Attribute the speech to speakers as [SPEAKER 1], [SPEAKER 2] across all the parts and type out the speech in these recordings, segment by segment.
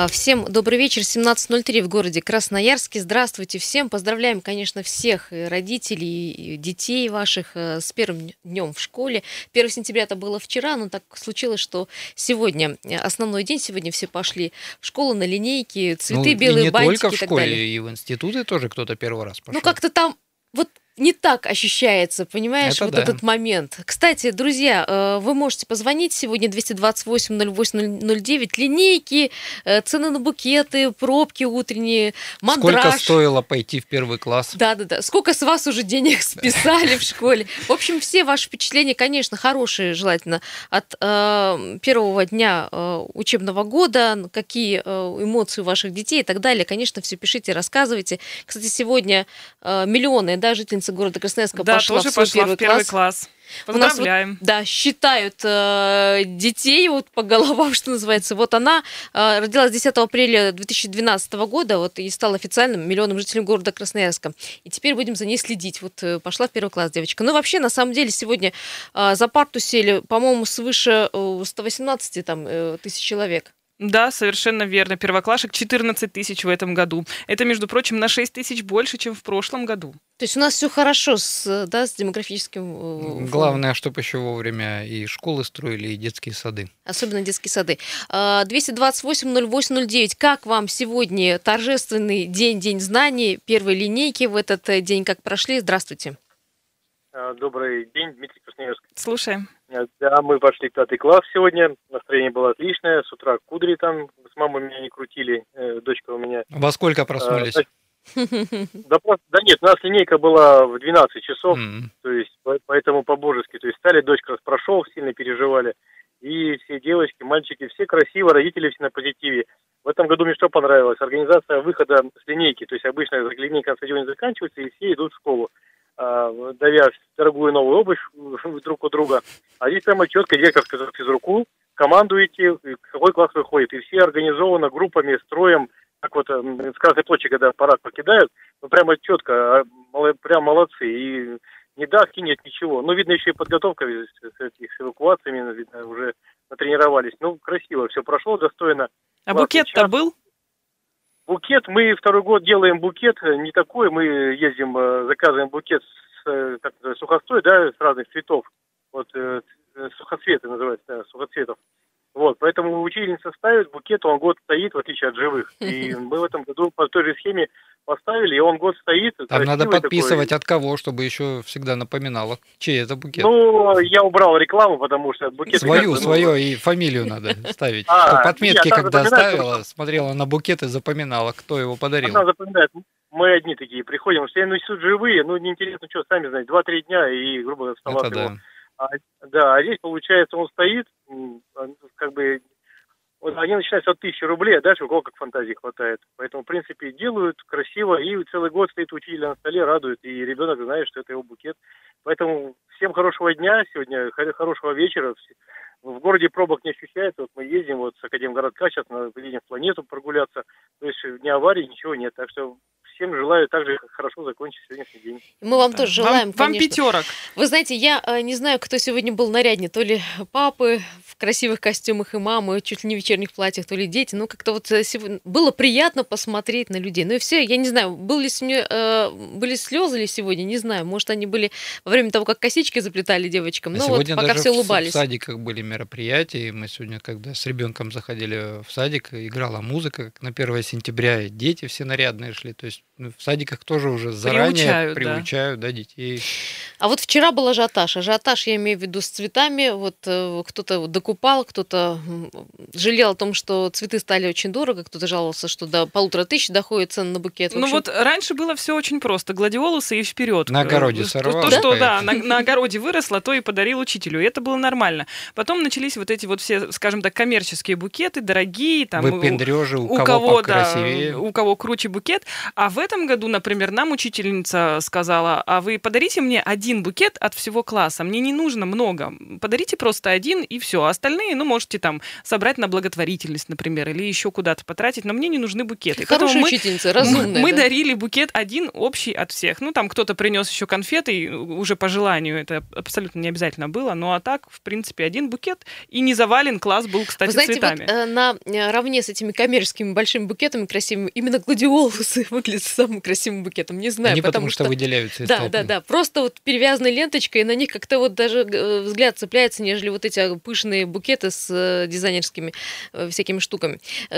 [SPEAKER 1] Всем добрый вечер. 17:03 в городе Красноярске. Здравствуйте всем. Поздравляем, конечно, всех и родителей, и детей ваших с первым днем в школе. 1 сентября это было вчера, но так случилось, что сегодня основной день. Сегодня все пошли в школу на линейки, цветы, белые бантики и так далее.
[SPEAKER 2] Не только в школе, и в институты тоже кто-то первый раз пошел.
[SPEAKER 1] Ну, как-то там вот не так ощущается, понимаешь,
[SPEAKER 2] Это
[SPEAKER 1] вот
[SPEAKER 2] да.
[SPEAKER 1] этот момент. Кстати, друзья, вы можете позвонить сегодня 228-08-09. Линейки, цены на букеты, пробки утренние, мандраж.
[SPEAKER 2] Сколько стоило пойти в первый класс?
[SPEAKER 1] Да-да-да. Сколько с вас уже денег списали в школе? В общем, все ваши впечатления, конечно, хорошие, желательно, от первого дня учебного года, какие эмоции у ваших детей и так далее. Конечно, все пишите, рассказывайте. Кстати, сегодня миллионная, да, жительница города Красноярска пошла в свой первый класс.
[SPEAKER 3] Поздравляем.
[SPEAKER 1] У нас, да, считают детей вот по головам, что называется. Вот она родилась 10 апреля 2012 года вот, и стала официальным миллионным жителем города Красноярска. И теперь будем за ней следить. Вот пошла в первый класс девочка. Ну, вообще, на самом деле, сегодня за парту сели, по-моему, свыше 118 тысяч человек.
[SPEAKER 3] Да, совершенно верно. Первоклашек 14 тысяч в этом году. Это, между прочим, на 6 тысяч больше, чем в прошлом году.
[SPEAKER 1] То есть у нас все хорошо с демографическим фоном.
[SPEAKER 2] Главное, чтобы еще вовремя и школы строили, и детские сады.
[SPEAKER 1] Особенно детские сады. 228-08-09. Как вам сегодня торжественный день знаний, первой линейки в этот день, как прошли? Здравствуйте.
[SPEAKER 4] Добрый день, Дмитрий Красноярск.
[SPEAKER 3] Слушаем.
[SPEAKER 4] Да, мы пошли в 5 класс сегодня. Настроение было отличное. С утра кудри там с мамой меня не крутили. Дочка у меня.
[SPEAKER 2] Во сколько проснулись?
[SPEAKER 4] Да нет, у нас линейка была в 12 часов. То есть, поэтому по-божески. То есть, стали, дочка прошел, сильно переживали. И все девочки, мальчики, все красиво, родители все на позитиве. В этом году мне что понравилось? Организация выхода с линейки. То есть, обычно линейка на стадионе заканчивается, и все идут в школу, давя дорогую новую обувь друг у друга. А здесь прямо четко директор сказал физруку, командуете, какой класс выходит. И все организованно группами, строем, как вот с Красной площади, когда парад покидают, ну прямо четко, прям молодцы. И ни давки нет, ничего. Ну, видно, еще и подготовка с эвакуациями, видно, уже натренировались. Ну, красиво, все прошло достойно.
[SPEAKER 3] А букет-то был?
[SPEAKER 4] Букет, мы второй год делаем букет, не такой, мы ездим, заказываем букет сухостой, да, с разных цветов, вот, сухоцветы называется, да, сухоцветов. Вот, поэтому учительница ставит букет, он год стоит, в отличие от живых. И мы в этом году по той же схеме поставили, и он год стоит.
[SPEAKER 2] Там надо подписывать такой. От кого, чтобы еще всегда напоминало, чей это букет.
[SPEAKER 4] Ну, я убрал рекламу, потому что букет...
[SPEAKER 2] Свою и фамилию надо ставить. Чтобы отметки, когда ставила, смотрела на букет и запоминала, кто его подарил.
[SPEAKER 4] Она запоминает. Мы одни такие приходим, все несут живые, ну, неинтересно, что, сами знаете, 2-3 дня, и, грубо говоря, вставал его. Да, а здесь, получается, он стоит, как бы, вот они начинаются от 1000 рублей, а дальше у кого как фантазии хватает. Поэтому, в принципе, делают красиво, и целый год стоит учитель на столе, радует, и ребенок знает, что это его букет. Поэтому всем хорошего дня сегодня, хорошего вечера. В городе пробок не ощущается, вот мы ездим вот с Академгородка, сейчас едем в Планету прогуляться, то есть ни аварий, ничего нет, так что... Всем желаю также хорошо закончить сегодняшний день.
[SPEAKER 1] Мы вам тоже желаем,
[SPEAKER 3] вам пятерок.
[SPEAKER 1] Вы знаете, я не знаю, кто сегодня был наряднее, то ли папы в красивых костюмах и мамы, чуть ли не в вечерних платьях, то ли дети. Ну, как-то вот сегодня было приятно посмотреть на людей. Ну и все, я не знаю, были слезы ли сегодня, не знаю. Может, они были во время того, как косички заплетали девочкам. Но вот пока все улыбались.
[SPEAKER 2] В садиках были мероприятия, и мы сегодня, когда с ребенком заходили в садик, играла музыка, как на 1 сентября, и дети все нарядные шли, то есть в садиках тоже уже заранее приучают детей.
[SPEAKER 1] А вот вчера был ажиотаж. Ажиотаж, я имею в виду, с цветами. Вот кто-то докупал, кто-то жалел о том, что цветы стали очень дорого, кто-то жаловался, что до 1500 доходит цена на букет.
[SPEAKER 3] Ну вот раньше было все очень просто. Гладиолусы и вперед.
[SPEAKER 2] На огороде сорвал.
[SPEAKER 3] То, что на огороде выросло, то и подарил учителю. И это было нормально. Потом начались вот эти вот все, скажем так, коммерческие букеты, дорогие. Там,
[SPEAKER 2] выпендрежи, у кого покрасивее.
[SPEAKER 3] У кого круче букет. А в этом году, например, нам учительница сказала: а вы подарите мне один букет от всего класса, мне не нужно много, подарите просто один и все, остальные, можете там собрать на благотворительность, например, или еще куда-то потратить, но мне не нужны букеты.
[SPEAKER 1] Хорошая учительница, разумная.
[SPEAKER 3] Мы дарили букет один общий от всех. Там кто-то принес еще конфеты, уже по желанию, это абсолютно не обязательно было, а так, в принципе, один букет, и не завален класс был, кстати,
[SPEAKER 1] вы знаете,
[SPEAKER 3] цветами.
[SPEAKER 1] Вот, наравне с этими коммерческими большими букетами красивыми, именно гладиолусы выглядят самым красивым букетом. Не знаю,
[SPEAKER 2] они потому что выделяются из толпы.
[SPEAKER 1] Да. Просто вот перевязанной ленточкой, и на них как-то вот даже взгляд цепляется, нежели вот эти пышные букеты с дизайнерскими всякими штуками.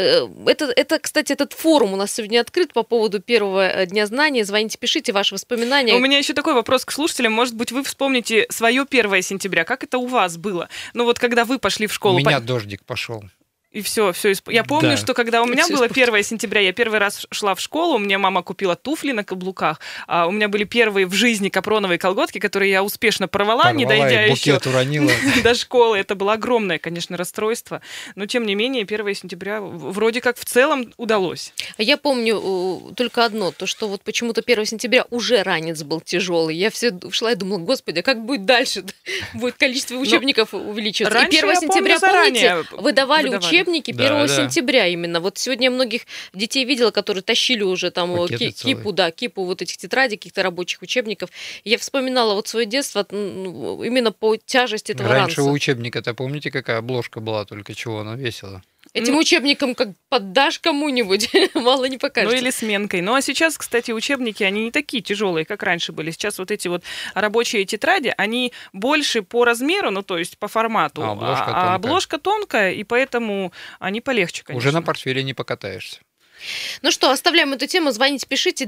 [SPEAKER 1] Это, кстати, этот форум у нас сегодня открыт по поводу первого дня знаний. Звоните, пишите ваши воспоминания.
[SPEAKER 3] У меня еще такой вопрос к слушателям. Может быть, вы вспомните свое 1 сентября. Как это у вас было? Вот когда вы пошли в школу.
[SPEAKER 2] У меня дождик пошел.
[SPEAKER 3] И все. Я помню, что когда у меня было 1 сентября, я первый раз шла в школу, мне мама купила туфли на каблуках, у меня были первые в жизни капроновые колготки, которые я успешно порвала, не дойдя еще до школы. Это было огромное, конечно, расстройство, но тем не менее 1 сентября вроде как в целом удалось.
[SPEAKER 1] Я помню только одно, то что вот почему-то 1 сентября уже ранец был тяжелый. Я все шла и думала: господи, а как будет дальше? Будет количество учебников увеличиваться. И 1 сентября, помните, выдавали учебники 1 сентября именно. Вот сегодня я многих детей видела, которые тащили уже там кипу вот этих тетрадей, каких-то рабочих учебников. И я вспоминала вот свое детство именно по тяжести этого ранца.
[SPEAKER 2] Раньше у учебника-то помните, какая обложка была, только чего она весила?
[SPEAKER 1] Этим учебникам как поддашь кому-нибудь, мало не покажется.
[SPEAKER 3] Или сменкой. А сейчас, кстати, учебники, они не такие тяжелые, как раньше были. Сейчас вот эти вот рабочие тетради, они больше по размеру, то есть по формату, а обложка тонкая, и поэтому они полегче, конечно.
[SPEAKER 2] Уже на портфеле не покатаешься.
[SPEAKER 1] Ну что, оставляем эту тему, звоните, пишите,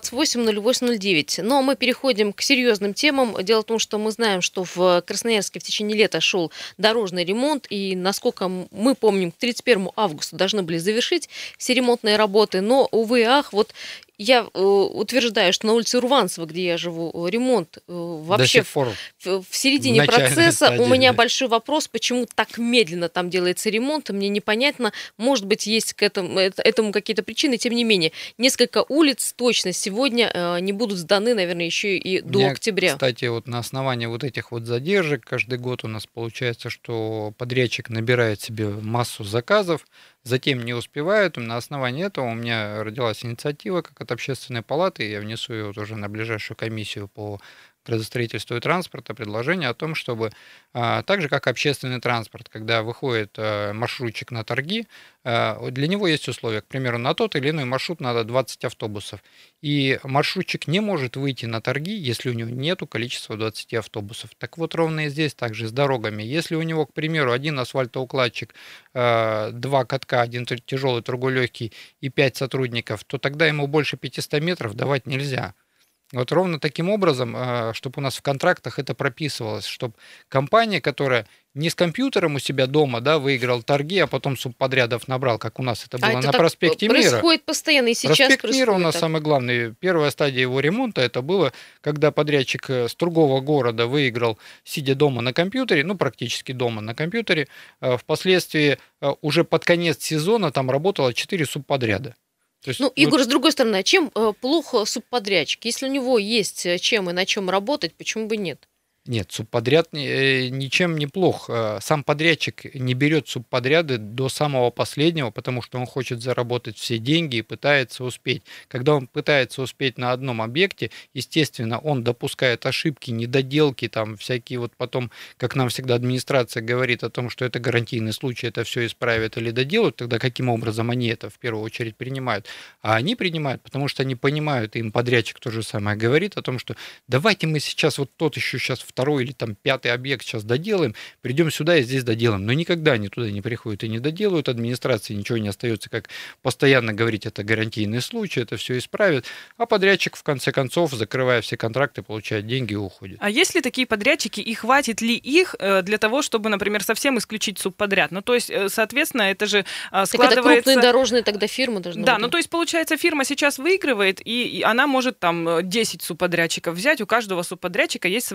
[SPEAKER 1] 228-08-09. Ну, а мы переходим к серьезным темам. Дело в том, что мы знаем, что в Красноярске в течение лета шел дорожный ремонт, и, насколько мы помним, к 31 августа должны были завершить все ремонтные работы, но, увы и ах, вот я утверждаю, что на улице Урванцева, где я живу, ремонт вообще в середине процесса. У меня большой вопрос, почему так медленно там делается ремонт, мне непонятно. Может быть, есть к этому какие-то причины, тем не менее. Несколько улиц точно сегодня не будут сданы, наверное, еще и до октября.
[SPEAKER 2] Кстати, вот на основании вот этих вот задержек каждый год у нас получается, что подрядчик набирает себе массу заказов, затем не успевают. На основании этого у меня родилась инициатива, как от общественной палаты, я внесу ее уже на ближайшую комиссию по градостроительству и транспорта, предложение о том, чтобы так же, как общественный транспорт, когда выходит маршрутчик на торги, для него есть условия. К примеру, на тот или иной маршрут надо 20 автобусов. И маршрутчик не может выйти на торги, если у него нет количества 20 автобусов. Так вот, ровно и здесь также с дорогами. Если у него, к примеру, один асфальтоукладчик, 2 катка, один тяжелый, другой легкий и 5 сотрудников, то тогда ему больше 500 метров давать нельзя. Вот ровно таким образом, чтобы у нас в контрактах это прописывалось, чтобы компания, которая не с компьютером у себя дома, выиграл торги, а потом субподрядов набрал, как у нас это было на проспекте Мира.
[SPEAKER 1] Происходит постоянно, и сейчас
[SPEAKER 2] Проспект Мира у нас самый главный. Первая стадия его ремонта, это было, когда подрядчик с другого города выиграл, сидя дома на компьютере, практически дома на компьютере. Впоследствии уже под конец сезона там работало 4 субподряда.
[SPEAKER 1] Есть, Егор, с другой стороны, а чем плохо субподрядчик? Если у него есть чем и на чем работать, почему бы нет?
[SPEAKER 2] Нет, субподряд ничем не плох. Сам подрядчик не берет субподряды до самого последнего, потому что он хочет заработать все деньги и пытается успеть. Когда он пытается успеть на одном объекте, естественно, он допускает ошибки, недоделки, там всякие вот потом, как нам всегда администрация говорит о том, что это гарантийный случай, это все исправят или доделают, тогда каким образом они это в первую очередь принимают? А они принимают, потому что они понимают, и им подрядчик то же самое говорит о том, что давайте мы сейчас вот тот еще сейчас второй или там 5-й объект сейчас доделаем, придем сюда и здесь доделаем. Но никогда они туда не приходят и не доделают. Администрации ничего не остается, как постоянно говорить, это гарантийный случай, это все исправит. А подрядчик, в конце концов, закрывая все контракты, получает деньги и уходит.
[SPEAKER 3] А есть ли такие подрядчики, и хватит ли их для того, чтобы, например, совсем исключить субподряд? То есть, соответственно, это же складывается... Так это
[SPEAKER 1] крупные дорожные тогда фирмы должны быть.
[SPEAKER 3] Да, то есть, получается, фирма сейчас выигрывает, и она может там 10 субподрядчиков взять, у каждого субподрядчика есть своя техника.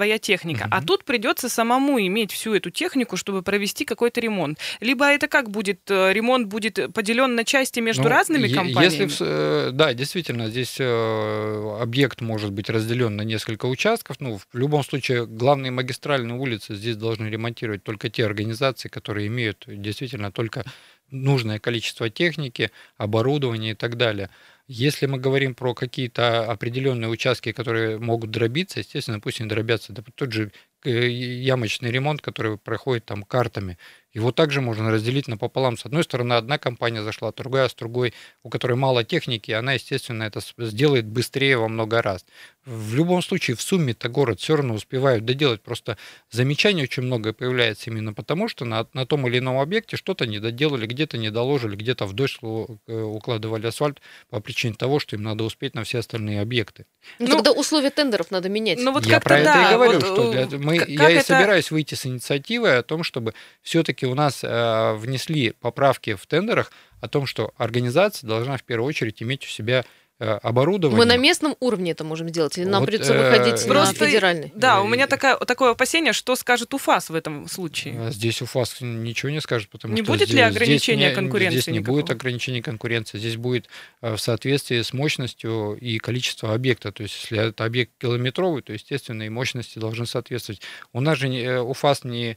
[SPEAKER 3] техника. А тут придется самому иметь всю эту технику, чтобы провести какой-то ремонт. Либо это как будет? Ремонт будет поделен на части между разными компаниями?
[SPEAKER 2] Да, действительно, здесь объект может быть разделен на несколько участков. В любом случае, главные магистральные улицы здесь должны ремонтировать только те организации, которые имеют действительно только нужное количество техники, оборудования и так далее. Если мы говорим про какие-то определенные участки, которые могут дробиться, естественно, пусть они дробятся. Да, тот же ямочный ремонт, который проходит там картами, его также можно разделить напополам. С одной стороны, одна компания зашла, другая с другой, у которой мало техники, она, естественно, это сделает быстрее во много раз. В любом случае, в сумме-то город все равно успевают доделать. Просто замечаний очень много появляется именно потому, что на том или ином объекте что-то не доделали, где-то не доложили, где-то в дождь укладывали асфальт по причине того, что им надо успеть на все остальные объекты.
[SPEAKER 1] Тогда условия тендеров надо менять.
[SPEAKER 2] Я про это и говорю, что я и собираюсь выйти с инициативой о том, чтобы все-таки у нас внесли поправки в тендерах о том, что организация должна в первую очередь иметь у себя оборудование.
[SPEAKER 1] Мы на местном уровне это можем сделать, или нам придется выходить на федеральный?
[SPEAKER 3] Да, у меня такое опасение, что скажет УФАС в этом случае.
[SPEAKER 2] Здесь УФАС ничего не скажет, потому
[SPEAKER 3] что...
[SPEAKER 2] Не
[SPEAKER 3] будет ли ограничения конкуренции?
[SPEAKER 2] Здесь не будет ограничений конкуренции, здесь будет в соответствии с мощностью и количеством объекта. То есть, если это объект километровый, то, естественно, и мощности должны соответствовать. У нас же УФАС не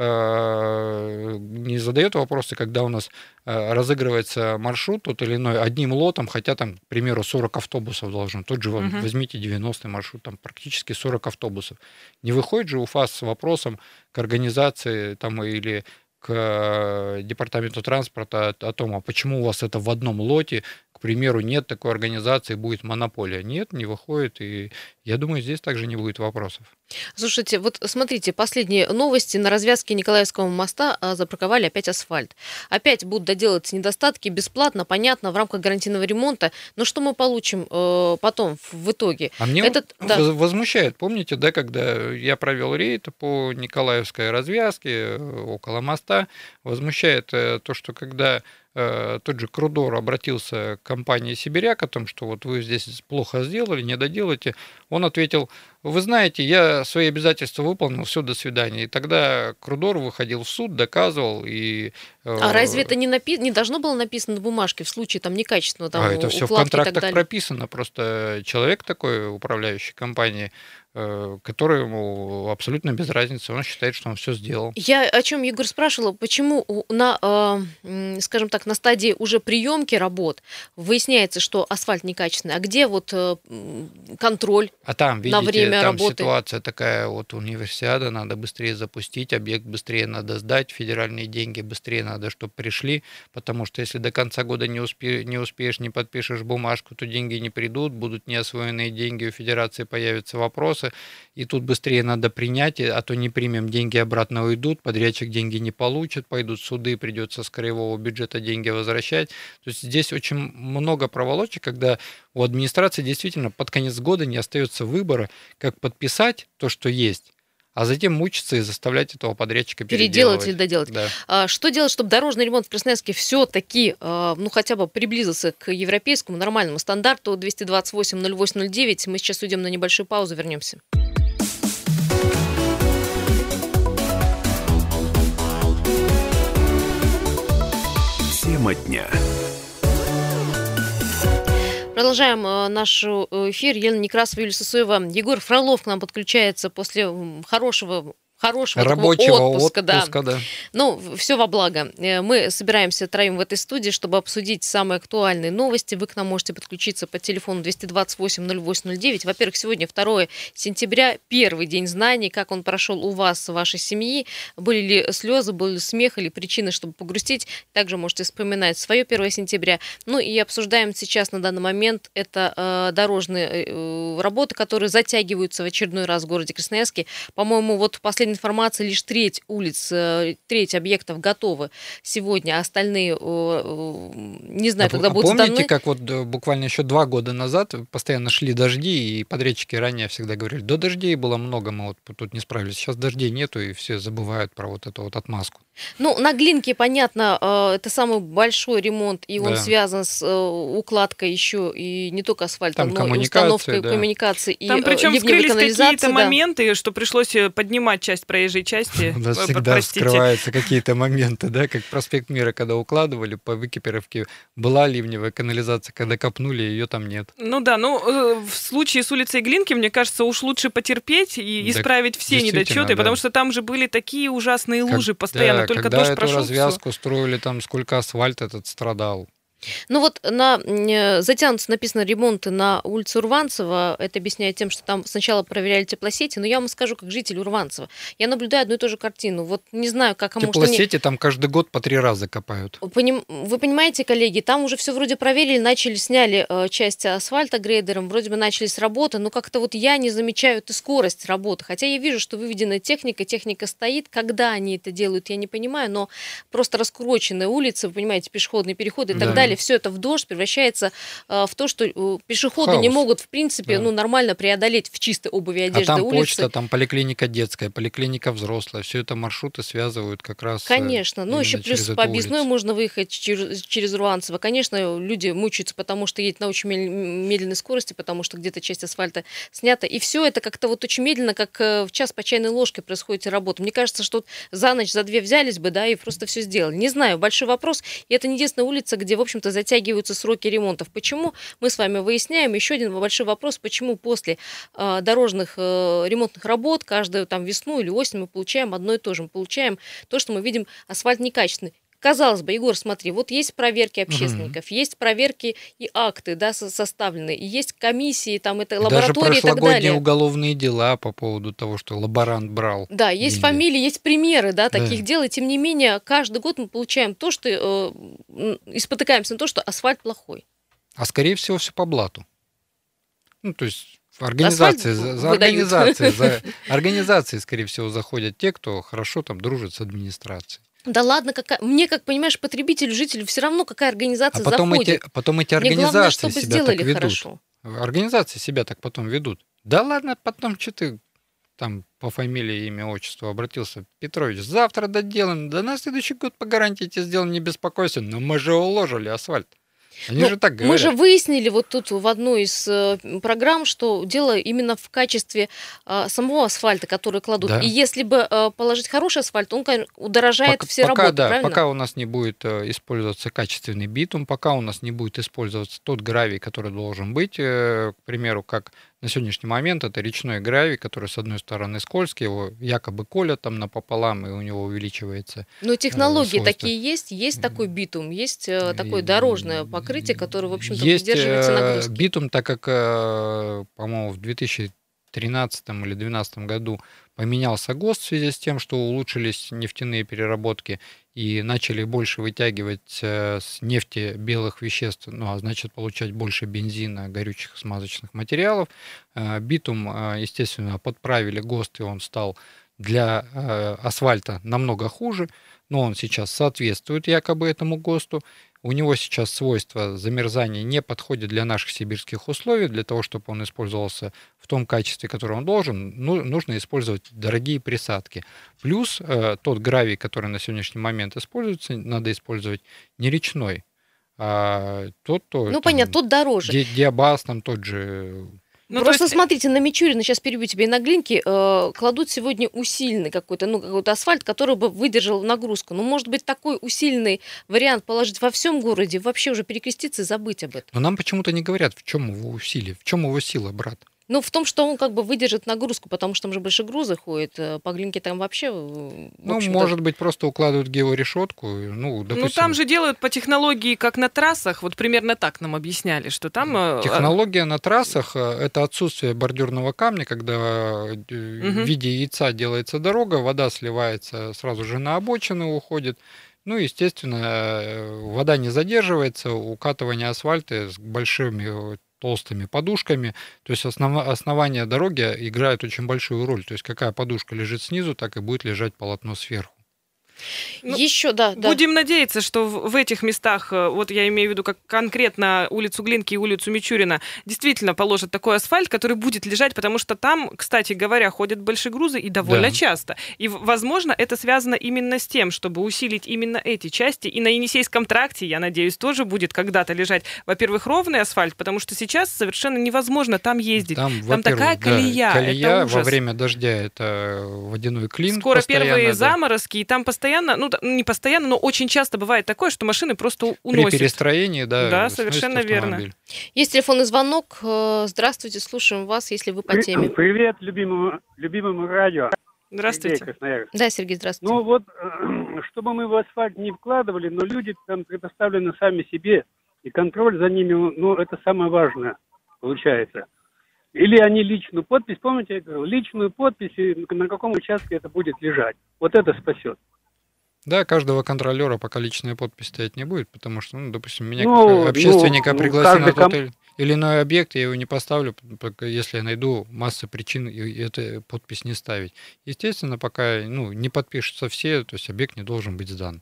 [SPEAKER 2] задает вопросы, когда у нас разыгрывается маршрут тот или иной одним лотом, хотя там, к примеру, 40 автобусов должен. Тот же возьмите 90-й маршрут, там практически 40 автобусов. Не выходит же УФАС с вопросом к организации там, или к департаменту транспорта о том, а почему у вас это в одном лоте, к примеру, нет такой организации, будет монополия. Нет, не выходит, и я думаю, здесь также не будет вопросов.
[SPEAKER 1] Слушайте, вот смотрите, последние новости. На развязке Николаевского моста забраковали опять асфальт. Опять будут доделываться недостатки бесплатно, понятно, в рамках гарантийного ремонта. Но что мы получим потом в итоге?
[SPEAKER 2] А мне возмущает. Помните, да, когда я провел рейд по Николаевской развязке около моста, возмущает то, что когда тот же Крудор обратился к компании «Сибиряк» о том, что вот вы здесь плохо сделали, не доделаете, он ответил: вы знаете, я свои обязательства выполнил, все, до свидания. И тогда Крудор выходил в суд, доказывал.
[SPEAKER 1] А разве это не должно было написано на бумажке в случае там некачественного там,
[SPEAKER 2] это все в контрактах прописано. Просто человек такой, управляющий компанией, которому абсолютно без разницы, он считает, что он все сделал.
[SPEAKER 1] Я о чем Егор спрашивала, почему скажем так, на стадии уже приемки работ выясняется, что асфальт некачественный, а где вот контроль
[SPEAKER 2] там, видите,
[SPEAKER 1] на время
[SPEAKER 2] там
[SPEAKER 1] работы?
[SPEAKER 2] Ситуация такая, вот универсиада, надо быстрее запустить, объект быстрее надо сдать, федеральные деньги быстрее надо, чтобы пришли, потому что если до конца года не успеешь, не подпишешь бумажку, то деньги не придут, будут неосвоенные деньги, у федерации появятся вопросы, и тут быстрее надо принять, а то не примем, деньги обратно уйдут, подрядчик деньги не получит, пойдут суды, придется с краевого бюджета деньги возвращать. То есть здесь очень много проволочек, когда у администрации действительно под конец года не остается выбора, как подписать то, что есть, а затем мучиться и заставлять этого подрядчика переделывать
[SPEAKER 1] или доделать.
[SPEAKER 2] Да.
[SPEAKER 1] Что делать, чтобы дорожный ремонт в Красноярске все-таки хотя бы приблизился к европейскому нормальному стандарту? 228-08-09. Мы сейчас уйдем на небольшую паузу, вернемся.
[SPEAKER 5] Тема дня.
[SPEAKER 1] Продолжаем наш эфир. Елена Некрасова, Юлия Сысоева. Егор Фролов к нам подключается после хорошего
[SPEAKER 2] рабочего отпуска, да.
[SPEAKER 1] Ну, все во благо. Мы собираемся троим в этой студии, чтобы обсудить самые актуальные новости. Вы к нам можете подключиться по телефону 228-08-09. Во-первых, сегодня 2 сентября, первый день знаний. Как он прошел у вас, в вашей семьи? Были ли слезы, был ли смех или причины, чтобы погрустить? Также можете вспоминать свое 1 сентября. Ну и обсуждаем сейчас на данный момент это дорожные работы, которые затягиваются в очередной раз в городе Красноярске. По-моему, вот последний информации, лишь треть улиц, треть объектов готовы сегодня, а остальные, не знаю, когда будут сданы.
[SPEAKER 2] Помните, как вот буквально еще 2 года назад постоянно шли дожди, и подрядчики ранее всегда говорили, до дождей было много, мы вот тут не справились. Сейчас дождей нету, и все забывают про вот эту вот отмазку.
[SPEAKER 1] Ну, на Глинке, понятно, это самый большой ремонт, и он связан с укладкой еще и не только асфальта, но и установкой коммуникации, и
[SPEAKER 3] там причем
[SPEAKER 1] ливневой канализации.
[SPEAKER 3] Какие-то моменты, что пришлось поднимать часть проезжей части.
[SPEAKER 2] У нас всегда скрываются какие-то моменты, да, как проспект Мира, когда укладывали по Выкиперовке, была ливневая канализация, когда копнули, ее там нет.
[SPEAKER 3] Ну да, в случае с улицей Глинки, мне кажется, уж лучше потерпеть и исправить все недочеты, потому что там же были такие ужасные лужи постоянно. Только
[SPEAKER 2] когда
[SPEAKER 3] дождь
[SPEAKER 2] эту
[SPEAKER 3] прошел,
[SPEAKER 2] развязку строили, там сколько асфальт этот страдал.
[SPEAKER 1] Ну вот на затянутся написано ремонты на улице Урванцева. Это объясняет тем, что там сначала проверяли теплосети. Но я вам скажу, как житель Урванцева, я наблюдаю одну и ту же картину. Вот не знаю, как...
[SPEAKER 2] Теплосети там каждый год по 3 раза копают.
[SPEAKER 1] Вы понимаете, коллеги, там уже все вроде проверили, сняли часть асфальта грейдером, вроде бы начались работы, но как-то вот я не замечаю эту скорость работы. Хотя я вижу, что выведена техника стоит. Когда они это делают, я не понимаю, но просто раскуроченная улица, вы понимаете, пешеходные переходы и так далее, все это в дождь превращается в то, что пешеходы не могут, в принципе, нормально преодолеть в чистой обуви, одежды
[SPEAKER 2] там
[SPEAKER 1] улицы.
[SPEAKER 2] Почта, там поликлиника детская, поликлиника взрослая, все это маршруты связывают как раз.
[SPEAKER 1] Конечно, еще плюс по объездной можно выехать через Урванцево. Конечно, люди мучаются, потому что едут на очень медленной скорости, потому что где-то часть асфальта снята, и все это как-то вот очень медленно, как в час по чайной ложке происходит работа. Мне кажется, что за ночь, за 2 взялись бы, и просто все сделали. Не знаю, большой вопрос, и это не единственная улица, где, в общем-то, затягиваются сроки ремонтов. Почему? Мы с вами выясняем. Еще один большой вопрос, почему после дорожных ремонтных работ каждую весну или осень мы получаем одно и то же. Мы получаем то, что мы видим, асфальт некачественный. Казалось бы, Егор, смотри, вот есть проверки общественников, есть проверки и акты, составленные, и есть комиссии, это лаборатории и так далее.
[SPEAKER 2] Даже прошлогодние уголовные дела по поводу того, что лаборант брал.
[SPEAKER 1] Да, есть фамилии, есть примеры, таких дел, и тем не менее каждый год мы получаем то, что и спотыкаемся на то, что асфальт плохой.
[SPEAKER 2] А скорее всего все по блату. То есть организации, за организации, скорее всего, заходят те, кто хорошо дружит с администрацией.
[SPEAKER 1] Да ладно, мне, как понимаешь, потребителю, жителю все равно, какая организация заходит.
[SPEAKER 2] Потом эти организации
[SPEAKER 1] главное,
[SPEAKER 2] себя так ведут.
[SPEAKER 1] Хорошо.
[SPEAKER 2] Организации себя так потом ведут. Да ладно, потом что ты по фамилии, имя, отчеству обратился. Петрович, завтра доделаем, да на следующий год по гарантии тебе сделаем, не беспокойся. Но мы же уложили асфальт. Они же так говорят.
[SPEAKER 1] Мы же выяснили вот тут в одной из программ, что дело именно в качестве самого асфальта, который кладут. Да. И если бы положить хороший асфальт, он удорожает все работы, правильно?
[SPEAKER 2] Пока у нас не будет использоваться качественный битум, пока у нас не будет использоваться тот гравий, который должен быть, к примеру, как на сегодняшний момент это речной гравий, который, с одной стороны, скользкий, его якобы колят напополам, и у него увеличивается.
[SPEAKER 1] Но технологии такие есть такой битум, есть такое дорожное покрытие, которое, в общем-то, выдерживается нагрузки.
[SPEAKER 2] Есть битум, так как, по-моему, в 2013 или 2012 году поменялся ГОСТ в связи с тем, что улучшились нефтяные переработки и начали больше вытягивать с нефти белых веществ, а значит получать больше бензина, горючих смазочных материалов. Битум, естественно, подправили ГОСТ, и он стал для асфальта намного хуже, но он сейчас соответствует якобы этому ГОСТу. У него сейчас свойства замерзания не подходят для наших сибирских условий. Для того, чтобы он использовался в том качестве, которое он должен, нужно использовать дорогие присадки. Плюс тот гравий, который на сегодняшний момент используется, надо использовать не речной, а тот,
[SPEAKER 1] понятно, тот дороже.
[SPEAKER 2] Диабаз, тот же...
[SPEAKER 1] Просто смотрите, на Мичурина, сейчас перебью тебя, и на Глинке кладут сегодня усиленный какой-то асфальт, который бы выдержал нагрузку. Может быть, такой усиленный вариант положить во всем городе, вообще уже перекреститься и забыть об этом.
[SPEAKER 2] Но нам почему-то не говорят, в чем его усилие, в чем его сила, брат.
[SPEAKER 1] В том, что он выдержит нагрузку, потому что там же больше груза ходит, по Глинке там вообще...
[SPEAKER 2] может быть, просто укладывают георешетку, допустим...
[SPEAKER 3] там же делают по технологии, как на трассах, вот примерно так нам объясняли, что там...
[SPEAKER 2] Технология на трассах — это отсутствие бордюрного камня, когда в виде яйца делается дорога, вода сливается сразу же на обочину, уходит. Естественно, вода не задерживается, укатывание асфальта с большими толстыми подушками. То есть основание дороги играет очень большую роль. То есть какая подушка лежит снизу, так и будет лежать полотно сверху.
[SPEAKER 1] Еще, да.
[SPEAKER 3] Будем надеяться, что в этих местах, вот я имею в виду как конкретно улицу Глинки и улицу Мичурина, действительно положат такой асфальт, который будет лежать, потому что там, кстати говоря, ходят большегрузы и довольно часто. И, возможно, это связано именно с тем, чтобы усилить именно эти части. И на Енисейском тракте, я надеюсь, тоже будет когда-то лежать, во-первых, ровный асфальт, потому что сейчас совершенно невозможно там ездить. Там такая колея.
[SPEAKER 2] Колея
[SPEAKER 3] это ужас.
[SPEAKER 2] Во время дождя это водяной клин.
[SPEAKER 3] Скоро первые заморозки, и там постоянно, не постоянно, но очень часто бывает такое, что машины просто уносят.
[SPEAKER 2] При перестроении,
[SPEAKER 3] Да, совершенно верно.
[SPEAKER 1] Есть телефонный звонок. Здравствуйте, слушаем вас, если вы по теме.
[SPEAKER 6] Привет любимому радио.
[SPEAKER 3] Здравствуйте.
[SPEAKER 1] Да, Сергей, здравствуйте.
[SPEAKER 6] Ну вот, чтобы мы в асфальт не вкладывали, но люди там предоставлены сами себе, и контроль за ними, это самое важное, получается. Или они личную подпись, помните, я говорил, личную подпись, и на каком участке это будет лежать. Вот это спасет.
[SPEAKER 2] Да, каждого контролера пока личная подпись стоять не будет, потому что, допустим, меня как общественника пригласили на тот или иной объект, я его не поставлю, если я найду массу причин и эту подпись не ставить. Естественно, пока не подпишутся все, то есть объект не должен быть сдан.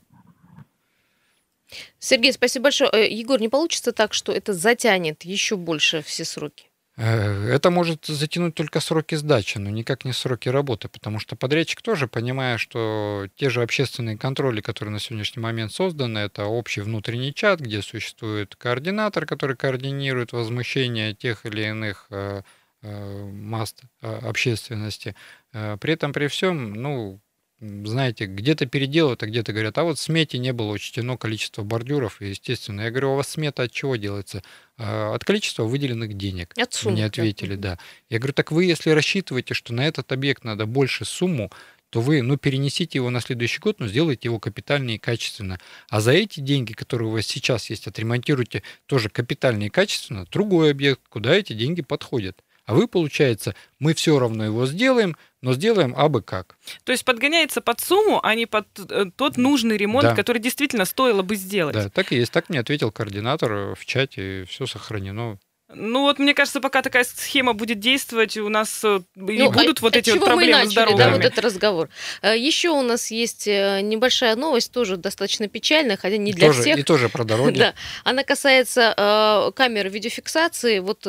[SPEAKER 1] Сергей, спасибо большое. Егор, не получится так, что это затянет еще больше все сроки?
[SPEAKER 2] Это может затянуть только сроки сдачи, но никак не сроки работы, потому что подрядчик тоже, понимая, что те же общественные контроли, которые на сегодняшний момент созданы, это общий внутренний чат, где существует координатор, который координирует возмущение тех или иных масс общественности. При этом, при всем, знаете, где-то переделывают, а где-то говорят, а вот в смете не было учтено количество бордюров, и, естественно. Я говорю, у вас смета от чего делается? От количества выделенных денег.
[SPEAKER 1] От суммы.
[SPEAKER 2] Мне ответили, да. Я говорю, так вы, если рассчитываете, что на этот объект надо больше сумму, то вы, перенесите его на следующий год, но сделайте его капитально и качественно. А за эти деньги, которые у вас сейчас есть, отремонтируйте тоже капитально и качественно другой объект, куда эти деньги подходят. А вы, получается, мы все равно его сделаем, но сделаем абы как.
[SPEAKER 3] То есть подгоняется под сумму, а не под тот нужный ремонт, который действительно стоило бы сделать.
[SPEAKER 2] Да, так и есть. Так мне ответил координатор в чате, все сохранено.
[SPEAKER 3] Мне кажется, пока такая схема будет действовать, у нас и будут вот эти вот проблемы с дорогами.
[SPEAKER 1] Да, вот этот разговор. Еще у нас есть небольшая новость, тоже достаточно печальная, хотя не для всех.
[SPEAKER 2] И тоже про дороги.
[SPEAKER 1] Да. Она касается камер видеофиксации. Вот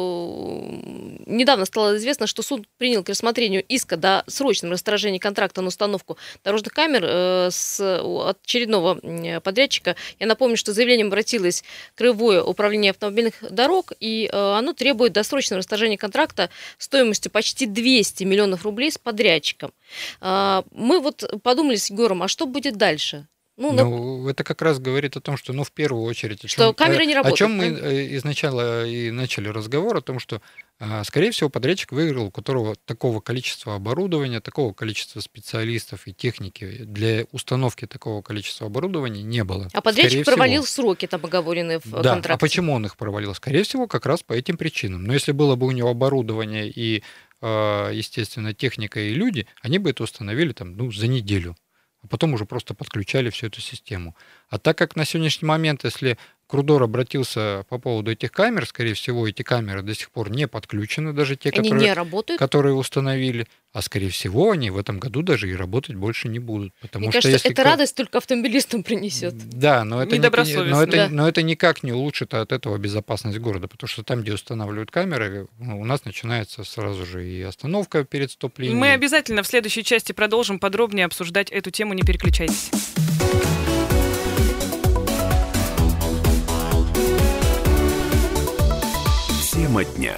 [SPEAKER 1] недавно стало известно, что суд принял к рассмотрению иска о срочном расторжении контракта на установку дорожных камер от очередного подрядчика. Я напомню, что заявлением обратилось Краевое управление автомобильных дорог, и оно требует досрочного расторжения контракта стоимостью почти 200 миллионов рублей с подрядчиком. Мы вот подумали с Егором, а что будет дальше?
[SPEAKER 2] Это как раз говорит о том, что, в первую очередь,
[SPEAKER 1] что камеры не работают.
[SPEAKER 2] О чем мы изначально и начали разговор, о том, что, скорее всего, подрядчик выиграл, у которого такого количества оборудования, такого количества специалистов и техники для установки такого количества оборудования не было.
[SPEAKER 1] А подрядчик провалил сроки, там оговоренные в контракте.
[SPEAKER 2] А почему он их провалил? Скорее всего, как раз по этим причинам. Но если было бы у него оборудование и, естественно, техника и люди, они бы это установили за неделю. А потом уже просто подключали всю эту систему. А так как на сегодняшний момент, если Крудор обратился по поводу этих камер, скорее всего, эти камеры до сих пор не подключены, даже те, которые установили. А скорее всего, они в этом году даже и работать больше не будут.
[SPEAKER 1] Мне кажется, эта радость только автомобилистам принесет.
[SPEAKER 2] Да, но это никак не улучшит от этого безопасность города, потому что там, где устанавливают камеры, у нас начинается сразу же и остановка перед стоп-линией.
[SPEAKER 3] Мы обязательно в следующей части продолжим подробнее обсуждать эту тему, не переключайтесь.
[SPEAKER 5] Тема дня.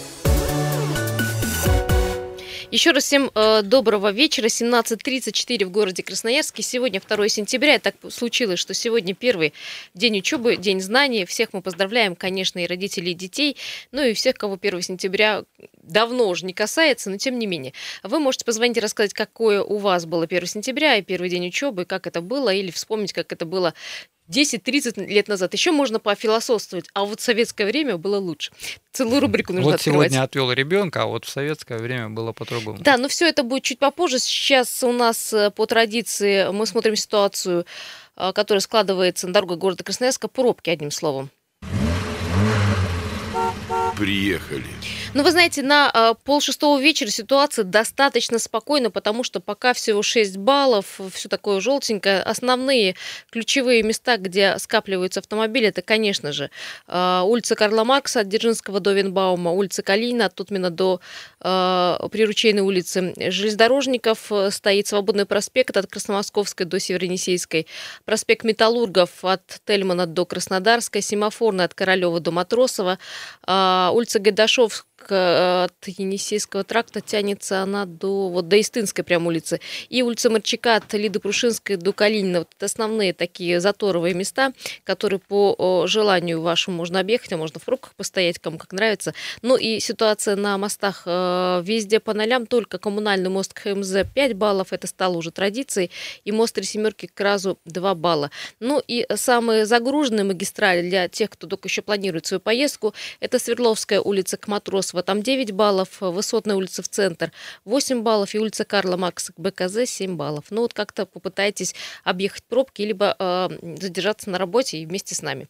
[SPEAKER 1] Еще раз всем доброго вечера. 17:34 в городе Красноярске. Сегодня 2 сентября. И так случилось, что сегодня первый день учебы, день знаний. Всех мы поздравляем, конечно, и родителей, и детей. И всех, кого 1 сентября давно уже не касается, но тем не менее. Вы можете позвонить и рассказать, какое у вас было 1 сентября и первый день учебы, как это было, или вспомнить, как это было 10-30 лет назад. Еще можно пофилософствовать, а вот в советское время было лучше. Целую рубрику нужно открывать.
[SPEAKER 2] Сегодня отвел ребенка, а вот в советское время было по-другому.
[SPEAKER 1] Да, но все это будет чуть попозже. Сейчас у нас по традиции мы смотрим ситуацию, которая складывается на дорогах города Красноярска, пробки, одним словом.
[SPEAKER 5] приехали.
[SPEAKER 1] Ну, вы знаете, на 5:30 вечера ситуация достаточно спокойна, потому что пока всего 6 баллов, все такое желтенькое. Основные ключевые места, где скапливаются автомобили, это, конечно же, улица Карла Маркса от Дзержинского до Винбаума, улица Калинина от Тутмина до Приручейной улицы. Железнодорожников стоит Свободный проспект от Красномосковской до Северонесейской, проспект Металлургов от Тельмана до Краснодарской, Семафорный от Королева до Матросова, улица Гайдашовская от Енисейского тракта тянется она до Истынской прям улицы. И улица Марчака от Лиды Прушинской до Калинина. Вот это основные такие заторовые места, которые по желанию вашему можно объехать, а можно в пробках постоять, кому как нравится. Ну и ситуация на мостах везде по нолям, только коммунальный мост КМЗ 5 баллов, это стало уже традицией, и мост Три Семерки к Разу 2 балла. Ну и самые загруженные магистрали для тех, кто только еще планирует свою поездку, это Свердловская улица к Матросова, там 9 баллов, Высотная улица в центр 8 баллов и улица Карла Маркса к БКЗ 7 баллов. Ну вот как-то попытайтесь объехать пробки, либо задержаться на работе и вместе с нами.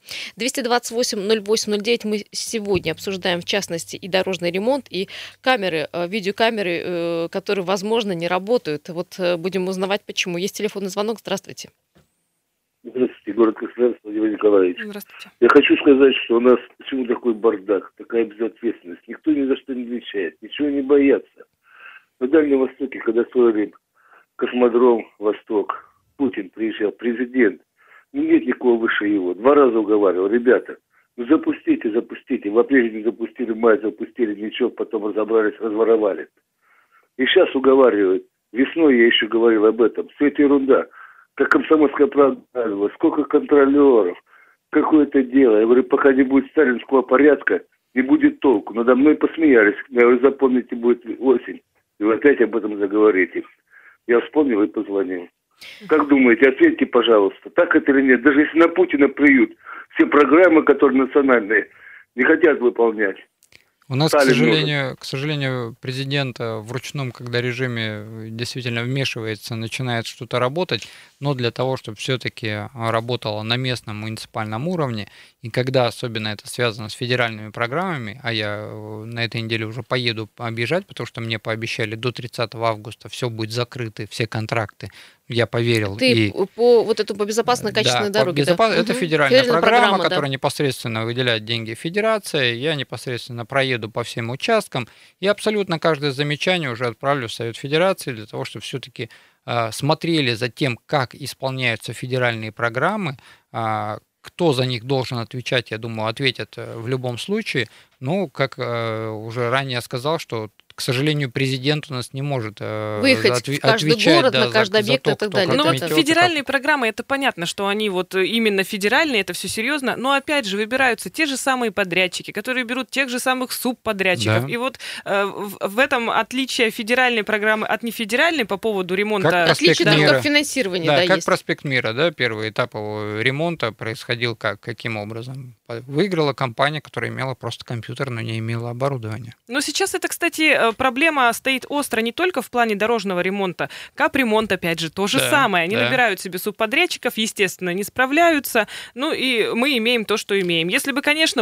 [SPEAKER 1] 228-08-09 мы сегодня обсуждаем в частности и дорожный ремонт, и камеры, видеокамеры, которые, возможно, не работают. Вот будем узнавать, почему. Есть телефонный звонок. Здравствуйте.
[SPEAKER 7] Здравствуйте, город Красноярск, Владимир Николаевич.
[SPEAKER 3] Здравствуйте.
[SPEAKER 7] Я хочу сказать, что у нас почему такой бардак, такая безответственность. Никто ни за что не отвечает, ничего не боятся. На Дальнем Востоке, когда строили космодром «Восток», Путин приезжал, президент, нет никого выше его. 2 раза уговаривал: ребята, запустите. В апреле не запустили, в мае запустили, ничего, потом разобрались, разворовали. И сейчас уговаривают. Весной я еще говорил об этом. Все это ерунда. Как Комсомольская правда, сколько контролеров, какое-то дело. Я говорю, пока не будет сталинского порядка, не будет толку. Надо мной посмеялись. Я говорю, запомните, будет осень, и вы опять об этом заговорите. Я вспомнил и позвонил. Как думаете, ответьте, пожалуйста, так это или нет? Даже если на Путина плюют, все программы, которые национальные, не хотят выполнять.
[SPEAKER 2] У нас, к сожалению, президент в ручном, когда режиме действительно вмешивается, начинает что-то работать, но для того, чтобы все-таки работало на местном муниципальном уровне, и когда особенно это связано с федеральными программами, а я на этой неделе уже поеду объезжать, потому что мне пообещали до 30 августа все будет закрыто, все контракты, я поверил.
[SPEAKER 1] По безопасной, качественной дороге.
[SPEAKER 2] Это федеральная программа, которая непосредственно выделяет деньги федерации. Я непосредственно проеду по всем участкам и абсолютно каждое замечание уже отправлю в Совет Федерации для того, чтобы все-таки смотрели за тем, как исполняются федеральные программы, кто за них должен отвечать, я думаю, ответят в любом случае. Ну, как уже ранее сказал, что, к сожалению, президент у нас не может
[SPEAKER 1] выехать в каждый город, на каждый объект и так далее.
[SPEAKER 3] Ну вот федеральные программы, это понятно, что они вот именно федеральные, это все серьезно, но опять же выбираются те же самые подрядчики, которые берут тех же самых субподрядчиков. Да. И вот в этом отличие федеральной программы от нефедеральной по поводу ремонта.
[SPEAKER 1] Отличие только в финансировании,
[SPEAKER 2] да, как
[SPEAKER 1] есть.
[SPEAKER 2] Проспект Мира, да, первый этап его ремонта происходил каким образом? Выиграла компания, которая имела просто компьютер, но не имела оборудования.
[SPEAKER 3] Но сейчас это, кстати, проблема стоит остро не только в плане дорожного ремонта. Капремонт, опять же, то же самое. Они набирают себе субподрядчиков, естественно, не справляются. Ну и мы имеем то, что имеем. Если бы, конечно,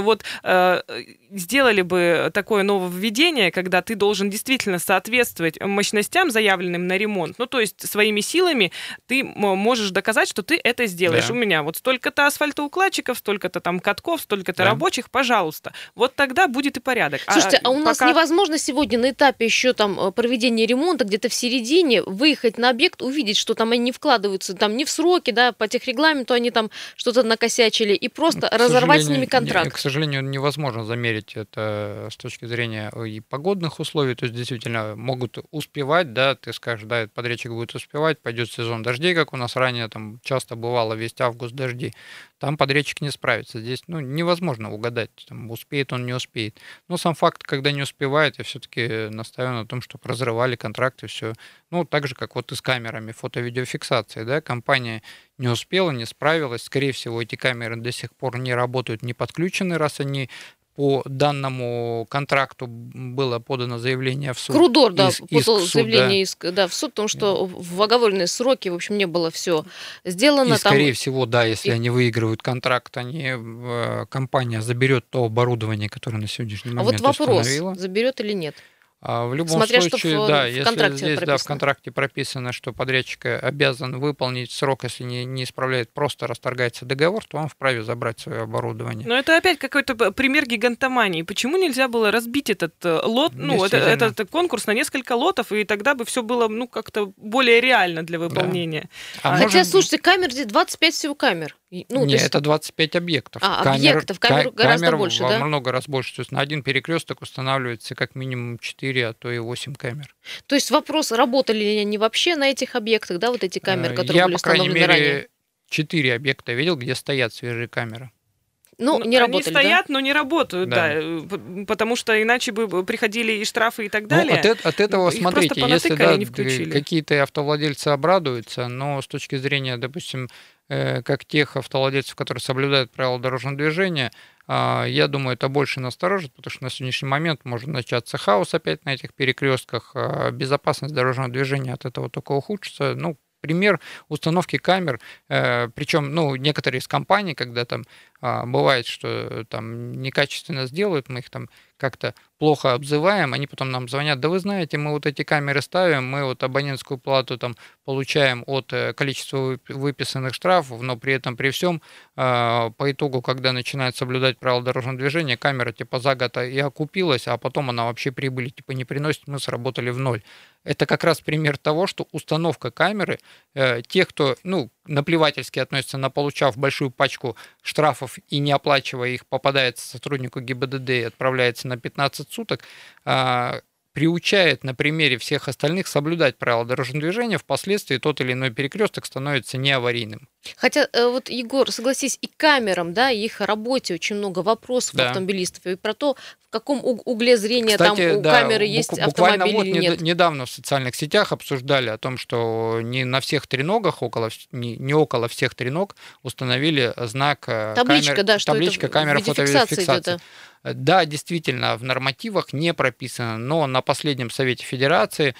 [SPEAKER 3] сделали бы такое нововведение, когда ты должен действительно соответствовать мощностям, заявленным на ремонт, ну то есть своими силами ты можешь доказать, что ты это сделаешь. Да. У меня вот столько-то асфальтоукладчиков, столько-то там катков, столько-то рабочих, пожалуйста. Вот тогда будет и порядок.
[SPEAKER 1] Слушайте, у нас невозможно сегодня на этапе еще там проведения ремонта, где-то в середине, выехать на объект, увидеть, что там они не вкладываются там не в сроки, да, по техрегламенту они там что-то накосячили, и просто разорвать с ними контракт.
[SPEAKER 2] К сожалению, невозможно замерить это с точки зрения и погодных условий, то есть действительно могут успевать, да, ты скажешь, да, подрядчик будет успевать, пойдет сезон дождей, как у нас ранее там часто бывало, весь август дожди, там подрядчик не справится. Здесь невозможно угадать, там, успеет он, не успеет. Но сам факт, когда не успевает, я все-таки настаиваю на том, чтобы разрывали контракты, все. Ну, так же, как вот и с камерами фото-видеофиксации, да, компания не успела, не справилась, скорее всего, эти камеры до сих пор не работают, не подключены, раз они по данному контракту было подано заявление в суд.
[SPEAKER 1] Крудор, да, подал заявление в суд, потому что в оговоренные сроки, в общем, не было все сделано.
[SPEAKER 2] И, скорее всего, да, если они выигрывают контракт, компания заберет то оборудование, которое на сегодняшний момент установила.
[SPEAKER 1] А вот вопрос, заберет или нет?
[SPEAKER 2] В любом случае, да, если здесь в контракте прописано, что подрядчик обязан выполнить срок, если не исправляет, просто расторгается договор, то он вправе забрать свое оборудование.
[SPEAKER 3] Но это опять какой-то пример гигантомании. Почему нельзя было разбить этот лот, этот конкурс на несколько лотов, и тогда бы все было как-то более реально для выполнения?
[SPEAKER 1] Да. Хотя, слушайте, камер здесь 25 всего камер.
[SPEAKER 2] Нет, это 25 объектов.
[SPEAKER 1] Объектов, камер гораздо больше, да?
[SPEAKER 2] Много раз больше. То есть на один перекресток устанавливается как минимум 4, а то и 8 камер.
[SPEAKER 1] То есть вопрос, работали ли они вообще на этих объектах, да, вот эти камеры, которые были установлены ранее? Я, по крайней мере,
[SPEAKER 2] 4 объекта видел, где стоят свежие камеры.
[SPEAKER 1] Не работали,
[SPEAKER 3] они стоят,
[SPEAKER 1] да?
[SPEAKER 3] но не работают, да, потому что иначе бы приходили и штрафы и так далее.
[SPEAKER 2] От этого, смотрите, если какие-то автовладельцы обрадуются, но с точки зрения, допустим, как тех автовладельцев, которые соблюдают правила дорожного движения, я думаю, это больше насторожит, потому что на сегодняшний момент может начаться хаос опять на этих перекрестках, безопасность дорожного движения от этого только ухудшится. Пример установки камер, причем, некоторые из компаний, когда там бывает, что там некачественно сделают, мы их там как-то плохо обзываем, они потом нам звонят: да вы знаете, мы вот эти камеры ставим, мы вот абонентскую плату там получаем от количества выписанных штрафов, но при этом при всем по итогу, когда начинают соблюдать правила дорожного движения, камера за год и окупилась, а потом она вообще прибыли не приносит, мы сработали в ноль. Это как раз пример того, что установка камеры, тех, кто наплевательски относится, получав большую пачку штрафов и не оплачивая их, попадает сотруднику ГИБДД и отправляется на 15 суток, приучает на примере всех остальных соблюдать правила дорожного движения, впоследствии тот или иной перекресток становится неаварийным.
[SPEAKER 1] Хотя, Егор, согласись, и камерам, да, и их работе очень много вопросов автомобилистов, и про то, в каком угле зрения,
[SPEAKER 2] кстати,
[SPEAKER 1] там у камеры есть автомобиль или нет.
[SPEAKER 2] Недавно в социальных сетях обсуждали о том, что не на всех треногах, не около всех треног установили знак табличка камера фотовидеофиксации. Да, действительно, в нормативах не прописано, но на последнем Совете Федерации,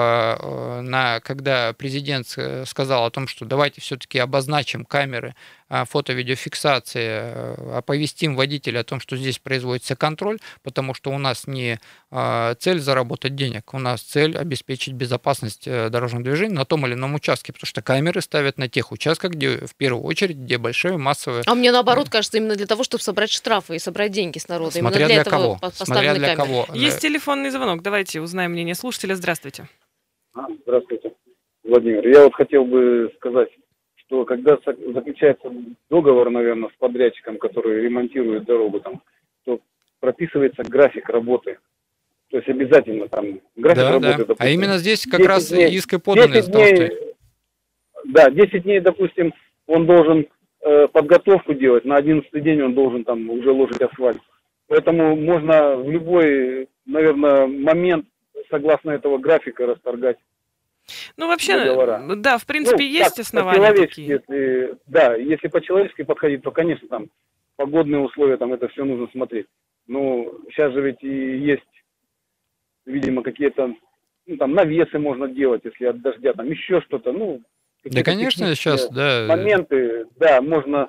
[SPEAKER 2] когда президент сказал о том, что давайте все-таки обозначим камеры фото-видеофиксации, оповестим водителя о том, что здесь производится контроль, потому что у нас не цель заработать денег, у нас цель обеспечить безопасность дорожного движения на том или ином участке, потому что камеры ставят на тех участках, где в первую очередь, где большое массовое...
[SPEAKER 1] А мне наоборот кажется, именно для того, чтобы собрать штрафы и собрать деньги с народа.
[SPEAKER 2] Смотря для кого.
[SPEAKER 1] Смотря для кого.
[SPEAKER 3] Есть телефонный звонок, давайте узнаем мнение слушателя. Здравствуйте.
[SPEAKER 8] Здравствуйте, Владимир. Я хотел бы сказать, что когда заключается договор, наверное, с подрядчиком, который ремонтирует дорогу, то прописывается график работы. То есть обязательно там график работы. Допустим,
[SPEAKER 2] а именно здесь как раз иск и поданный с толстой.
[SPEAKER 8] Да, 10 дней, допустим, он должен подготовку делать, на 11-й день он должен там уже ложить асфальт. Поэтому можно в любой, наверное, момент согласно этого графика расторгать.
[SPEAKER 3] Вообще, договора. Да, в принципе, есть основания такие.
[SPEAKER 8] Если по-человечески подходить, то, конечно, там погодные условия, там это все нужно смотреть. Сейчас же ведь и есть, видимо, какие-то, там навесы можно делать, если от дождя, там еще что-то,
[SPEAKER 2] да, конечно, сейчас,
[SPEAKER 8] моменты, можно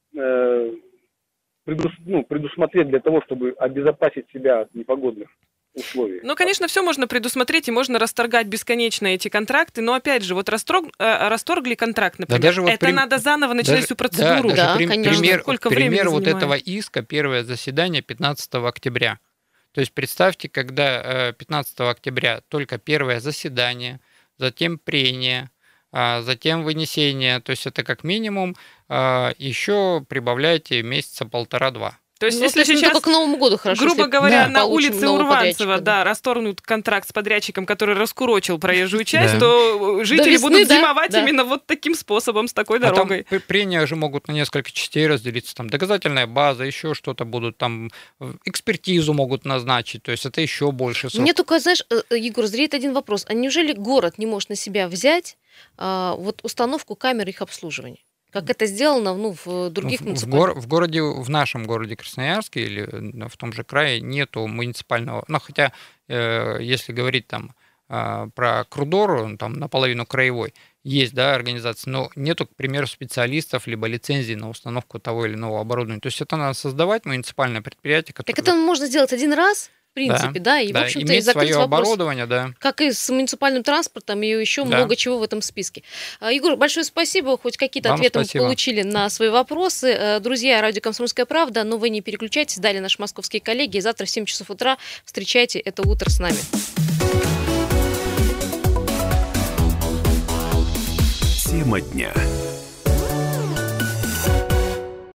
[SPEAKER 8] предусмотреть для того, чтобы обезопасить себя от непогодных условий.
[SPEAKER 3] Конечно, все можно предусмотреть, и можно расторгать бесконечно эти контракты, но опять же, расторгли контракт, например, надо заново начинать всю процедуру.
[SPEAKER 2] Пример вот этого иска, первое заседание 15 октября. То есть представьте, когда 15 октября только первое заседание, затем прения, затем вынесение, то есть это как минимум еще прибавляйте месяца 1,5-2.
[SPEAKER 3] То есть, если сейчас,
[SPEAKER 1] только к Новому году хорошо,
[SPEAKER 3] грубо говоря, на улице Урванцева, расторгнут контракт с подрядчиком, который раскурочил проезжую часть, то жители будут зимовать именно вот таким способом, с такой дорогой.
[SPEAKER 2] Там прения же могут на несколько частей разделиться, там доказательная база, еще что-то будут, там экспертизу могут назначить, то есть это еще больше срок.
[SPEAKER 1] Мне только, знаешь, Егор, зреет один вопрос. А неужели город не может на себя взять установку камер их обслуживания? Как это сделано в других муниципалитетах?
[SPEAKER 2] В нашем городе Красноярске или в том же крае нету муниципального... хотя, если говорить там про Крудор, там наполовину краевой, есть, организация, но нету, к примеру, специалистов либо лицензий на установку того или иного оборудования. То есть это надо создавать муниципальное предприятие, которое...
[SPEAKER 1] Так это можно сделать один раз, в принципе, и, в общем-то, и закрыть
[SPEAKER 2] свое
[SPEAKER 1] вопрос,
[SPEAKER 2] оборудование,
[SPEAKER 1] как и с муниципальным транспортом, и еще много чего в этом списке. Егор, большое спасибо, хоть какие-то ответы мы получили на свои вопросы. Друзья, радио «Комсомольская правда», но вы не переключайтесь, далее наши московские коллеги, завтра в 7 часов утра встречайте это утро с нами.
[SPEAKER 5] Тема дня.